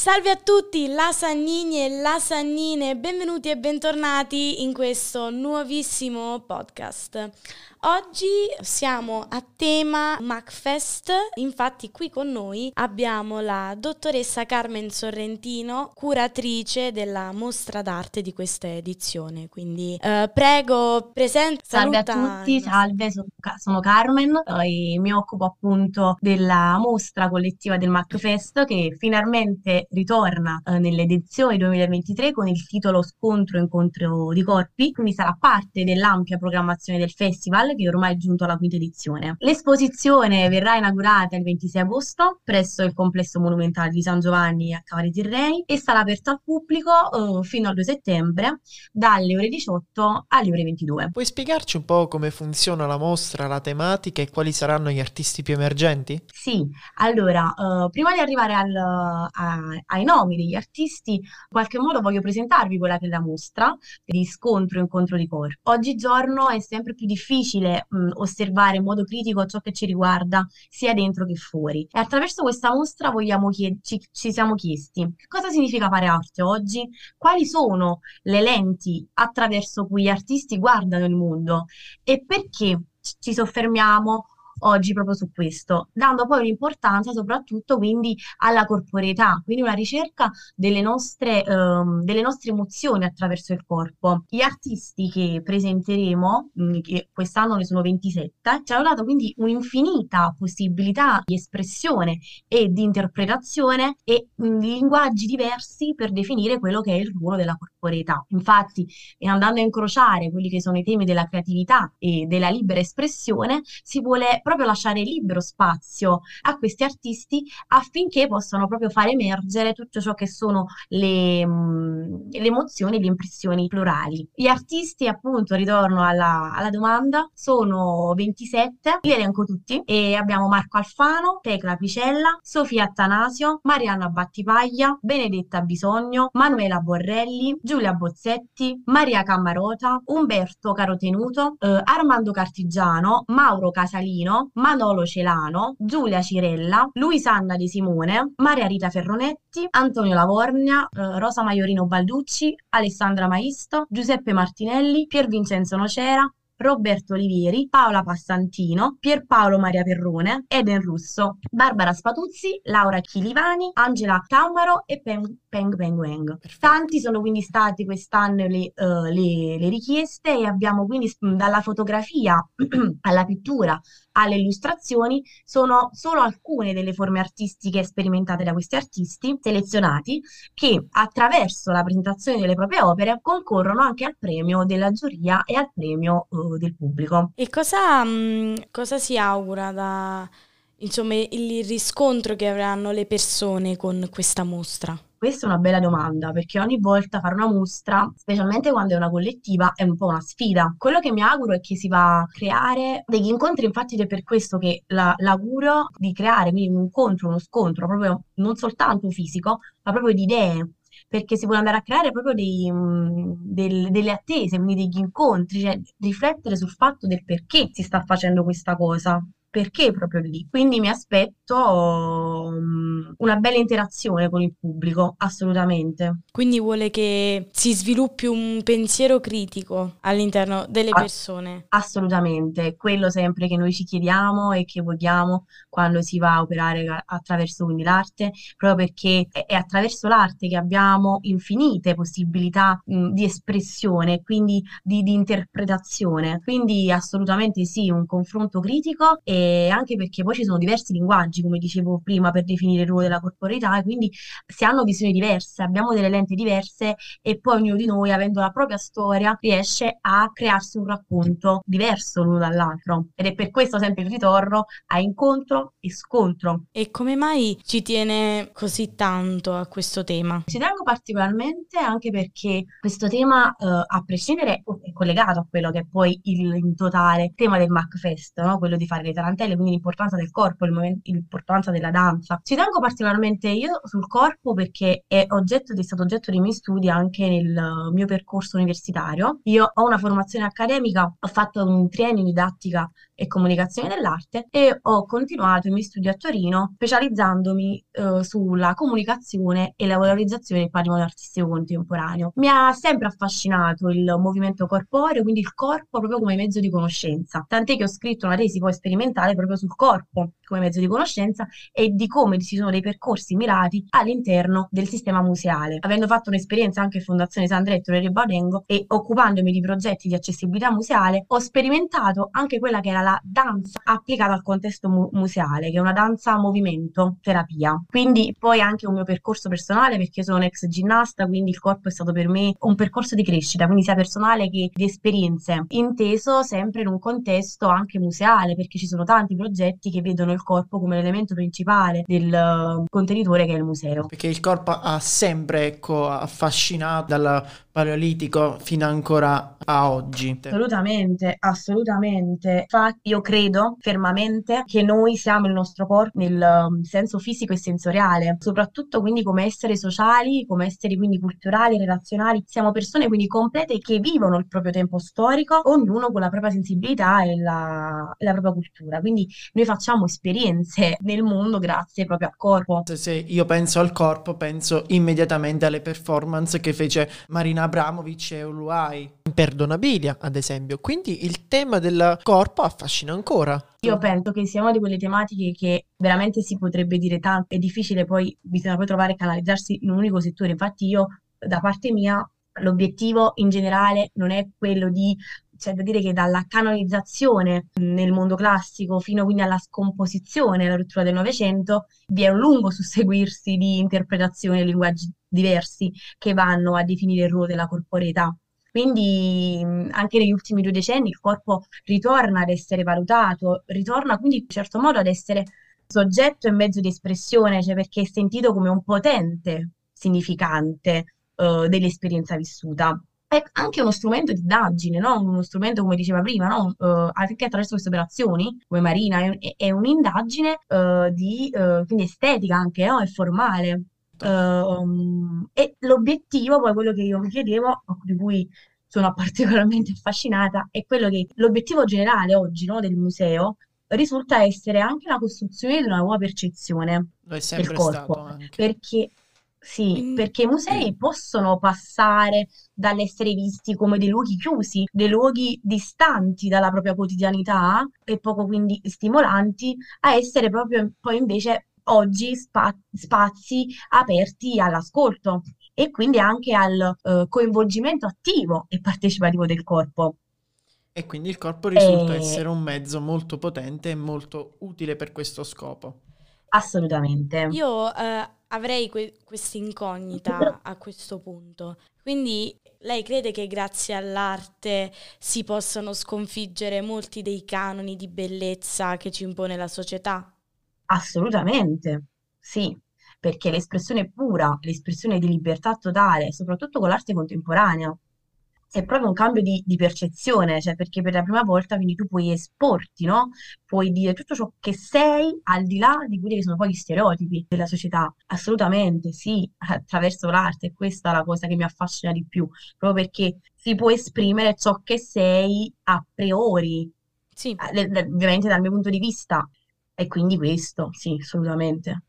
Salve a tutti, lasannini e lasannine, benvenuti e bentornati in questo nuovissimo podcast. Oggi siamo a tema MacFest, infatti qui con noi abbiamo la dottoressa Carmen Sorrentino, curatrice della mostra d'arte di questa edizione, quindi prego, presenta. Salve a tutti, salve, sono Carmen e mi occupo appunto della mostra collettiva del MacFest che finalmente ritorna nell'edizione 2023 con il titolo Incontro di corpi, quindi sarà parte dell'ampia programmazione del festival che ormai è giunto alla quinta edizione. L'esposizione verrà inaugurata il 26 agosto presso il complesso monumentale di San Giovanni a Cavari Tirreni e sarà aperto al pubblico fino al 2 settembre dalle ore 18 alle ore 22. Puoi spiegarci un po' come funziona la mostra, la tematica e quali saranno gli artisti più emergenti? Sì, allora, prima di arrivare ai nomi degli artisti, in qualche modo voglio presentarvi quella che è la mostra di Incontro di corpi. Oggigiorno è sempre più difficile osservare in modo critico ciò che ci riguarda sia dentro che fuori. E attraverso questa mostra ci siamo chiesti cosa significa fare arte oggi, quali sono le lenti attraverso cui gli artisti guardano il mondo e perché ci soffermiamo oggi proprio su questo, dando poi un'importanza soprattutto quindi alla corporeità, quindi una ricerca delle nostre emozioni attraverso il corpo. Gli artisti che presenteremo, che quest'anno ne sono 27, ci hanno dato quindi un'infinita possibilità di espressione e di interpretazione e linguaggi diversi per definire quello che è il ruolo della corporeità. Infatti, andando a incrociare quelli che sono i temi della creatività e della libera espressione, si vuole proprio lasciare libero spazio a questi artisti affinché possano proprio far emergere tutto ciò che sono le emozioni, le impressioni plurali. Gli artisti, appunto, ritorno alla domanda, sono 27, li elenco tutti e abbiamo Marco Alfano, Tecla Picella, Sofia Attanasio, Marianna Battipaglia, Benedetta Bisogno, Manuela Borrelli, Giulia Bozzetti, Maria Cammarota, Umberto Carotenuto, Armando Cartigiano, Mauro Casalino, Manolo Celano, Giulia Cirella, Luisanna De Simone, Maria Rita Ferronetti, Antonio Lavorgna, Rosa Maiorino Balducci, Alessandra Maisto, Giuseppe Martinelli, Pier Vincenzo Nocera, Roberto Olivieri, Paola Passantino, Pierpaolo Maria Perrone, Eden Russo, Barbara Spatuzzi, Laura Chilivani, Angela Taumaro e Peng Weng. Tanti sono quindi stati quest'anno le richieste e abbiamo quindi dalla fotografia alla pittura alle illustrazioni sono solo alcune delle forme artistiche sperimentate da questi artisti selezionati che attraverso la presentazione delle proprie opere concorrono anche al premio della giuria e al premio del pubblico. E cosa si augura da, insomma, il riscontro che avranno le persone con questa mostra? Questa è una bella domanda, perché ogni volta fare una mostra, specialmente quando è una collettiva, è un po' una sfida. Quello che mi auguro è che si va a creare degli incontri, infatti ed è per questo che l'auguro di creare quindi un incontro, uno scontro, proprio non soltanto fisico, ma proprio di idee, perché si vuole andare a creare proprio delle attese, quindi degli incontri, cioè riflettere sul fatto del perché si sta facendo questa cosa. Perché proprio lì? Quindi mi aspetto una bella interazione con il pubblico, assolutamente. Quindi vuole che si sviluppi un pensiero critico all'interno delle persone. Assolutamente, quello sempre che noi ci chiediamo e che vogliamo quando si va a operare attraverso quindi l'arte, proprio perché è attraverso l'arte che abbiamo infinite possibilità di espressione, quindi di interpretazione. Quindi assolutamente sì, un confronto critico e anche perché poi ci sono diversi linguaggi, come dicevo prima, per definire il ruolo della corporeità e quindi si hanno visioni diverse, abbiamo delle lenti diverse e poi ognuno di noi, avendo la propria storia, riesce a crearsi un racconto diverso l'uno dall'altro. Ed è per questo sempre il ritorno a incontro e scontro. E come mai ci tiene così tanto a questo tema? Ci tengo particolarmente anche perché questo tema, a prescindere, è collegato a quello che è poi in totale tema del MacFest, no? Quello di fare tarantelle, quindi l'importanza del corpo, l'importanza della danza. Ci tengo particolarmente io sul corpo perché è stato oggetto dei miei studi anche nel mio percorso universitario. Io ho una formazione accademica, ho fatto un triennio in didattica e comunicazione dell'arte e ho continuato i miei studi a Torino specializzandomi sulla comunicazione e la valorizzazione del patrimonio artistico contemporaneo. Mi ha sempre affascinato il movimento corporeo, quindi il corpo proprio come mezzo di conoscenza, tant'è che ho scritto una tesi poi sperimentale proprio sul corpo come mezzo di conoscenza e di come ci sono dei percorsi mirati all'interno del sistema museale. Avendo fatto un'esperienza anche in Fondazione Sandretto e Baudengo e occupandomi di progetti di accessibilità museale, ho sperimentato anche quella che era la danza applicata al contesto museale, che è una danza a movimento, terapia. Quindi poi anche un mio percorso personale, perché sono un'ex ginnasta, quindi il corpo è stato per me un percorso di crescita, quindi sia personale che di esperienze, inteso sempre in un contesto anche museale, perché ci sono tanti progetti che vedono il corpo come l'elemento principale del contenitore che è il museo. Perché il corpo ha sempre, ecco, affascinato dal Paleolitico fino ancora a oggi. Assolutamente, assolutamente. Infatti io credo fermamente che noi siamo il nostro corpo nel senso fisico e sensoriale, soprattutto quindi come esseri sociali, come esseri quindi culturali, relazionali. Siamo persone quindi complete che vivono il proprio tempo storico, ognuno con la propria sensibilità e la propria cultura. Quindi noi facciamo esperienze nel mondo grazie proprio al corpo. Se io penso al corpo, penso immediatamente alle performance che fece Marina Abramovic e Uluai. Imperdonabilia, ad esempio. Quindi il tema del corpo affascina ancora. Io penso che sia una di quelle tematiche che veramente si potrebbe dire tanto, è difficile poi, bisogna poi trovare e canalizzarsi in un unico settore. Infatti io, da parte mia, l'obiettivo in generale non è quello di, cioè da dire che dalla canonizzazione nel mondo classico fino quindi alla scomposizione, alla rottura del Novecento, vi è un lungo susseguirsi di interpretazioni e linguaggi diversi che vanno a definire il ruolo della corporeità. Quindi anche negli ultimi 2 decenni il corpo ritorna ad essere valutato, ritorna quindi in un certo modo ad essere soggetto e mezzo di espressione, cioè perché è sentito come un potente significante dell'esperienza vissuta. È anche uno strumento di indagine, no? Uno strumento, come diceva prima, no? Anche attraverso queste operazioni, come Marina, è un'indagine quindi estetica anche, no? E formale. E l'obiettivo, poi quello che io mi chiedevo, di cui sono particolarmente affascinata, è quello che l'obiettivo generale oggi, no, del museo risulta essere anche la costruzione di una nuova percezione Lo è del sempre stato corpo, anche. perché sì, perché i musei possono passare dall'essere visti come dei luoghi chiusi, dei luoghi distanti dalla propria quotidianità e poco quindi stimolanti, a essere proprio poi invece oggi spazi aperti all'ascolto e quindi anche al coinvolgimento attivo e partecipativo del corpo. E quindi il corpo risulta E essere un mezzo molto potente e molto utile per questo scopo. assolutamente. Io avrei questa incognita a questo punto. Quindi lei crede che grazie all'arte si possano sconfiggere molti dei canoni di bellezza che ci impone la società? Assolutamente, sì, perché l'espressione pura, l'espressione di libertà totale, soprattutto con l'arte contemporanea, è proprio un cambio di percezione, cioè perché per la prima volta quindi tu puoi esporti, no? Puoi dire tutto ciò che sei al di là di quelli che sono poi gli stereotipi della società. Assolutamente, sì, attraverso l'arte, è questa la cosa che mi affascina di più, proprio perché si può esprimere ciò che sei a priori, Sì. ovviamente dal mio punto di vista. E quindi questo, sì, assolutamente.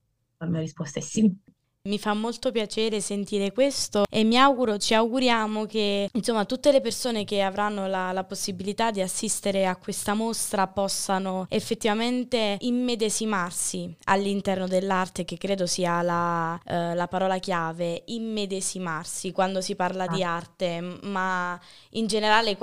La mia risposta è sì. Mi fa molto piacere sentire questo e ci auguriamo che insomma tutte le persone che avranno la possibilità di assistere a questa mostra possano effettivamente immedesimarsi all'interno dell'arte, che credo sia la parola chiave, immedesimarsi quando si parla di arte, ma in generale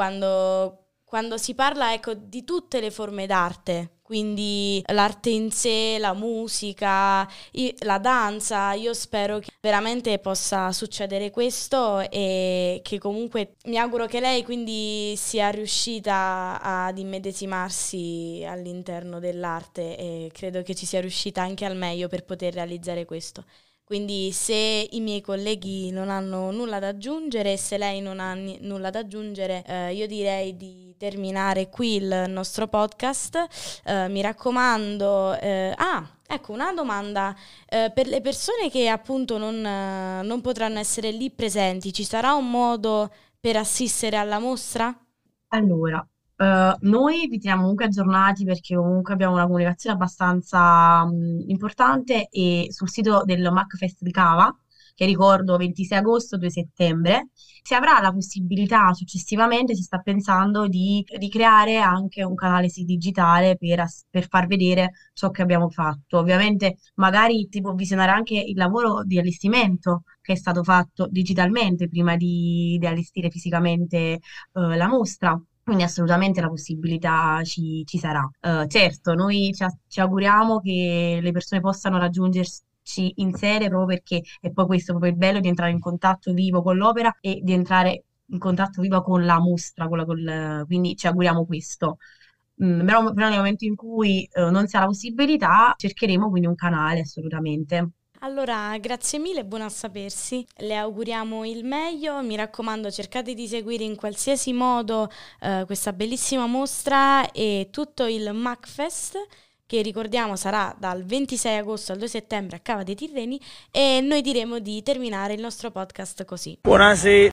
quando si parla, ecco, di tutte le forme d'arte. Quindi l'arte in sé, la musica, la danza, io spero che veramente possa succedere questo e che comunque mi auguro che lei quindi sia riuscita ad immedesimarsi all'interno dell'arte e credo che ci sia riuscita anche al meglio per poter realizzare questo. Quindi se i miei colleghi non hanno nulla da aggiungere, se lei non ha nulla da aggiungere, io direi di terminare qui il nostro podcast. Mi raccomando. Ecco, una domanda. Per le persone che appunto non potranno essere lì presenti, ci sarà un modo per assistere alla mostra? Allora, noi vi teniamo comunque aggiornati perché comunque abbiamo una comunicazione abbastanza importante e sul sito del MacFest di Cava, che ricordo 26 agosto, 2 settembre, si avrà la possibilità successivamente, si sta pensando di ricreare anche un canale digitale per far vedere ciò che abbiamo fatto. Ovviamente magari si può visionare anche il lavoro di allestimento che è stato fatto digitalmente prima di allestire fisicamente la mostra. Quindi assolutamente la possibilità ci sarà. Certo, noi ci auguriamo che le persone possano raggiungerci in sede proprio perché è poi questo proprio il bello di entrare in contatto vivo con l'opera e di entrare in contatto vivo con la mostra, quindi ci auguriamo questo. Però nel momento in cui non si ha la possibilità, cercheremo quindi un canale assolutamente. Allora, grazie mille, buono a sapersi. Le auguriamo il meglio. Mi raccomando, cercate di seguire in qualsiasi modo questa bellissima mostra e tutto il MacFest, che ricordiamo sarà dal 26 agosto al 2 settembre a Cava dei Tirreni, e noi diremo di terminare il nostro podcast così. Buonasera.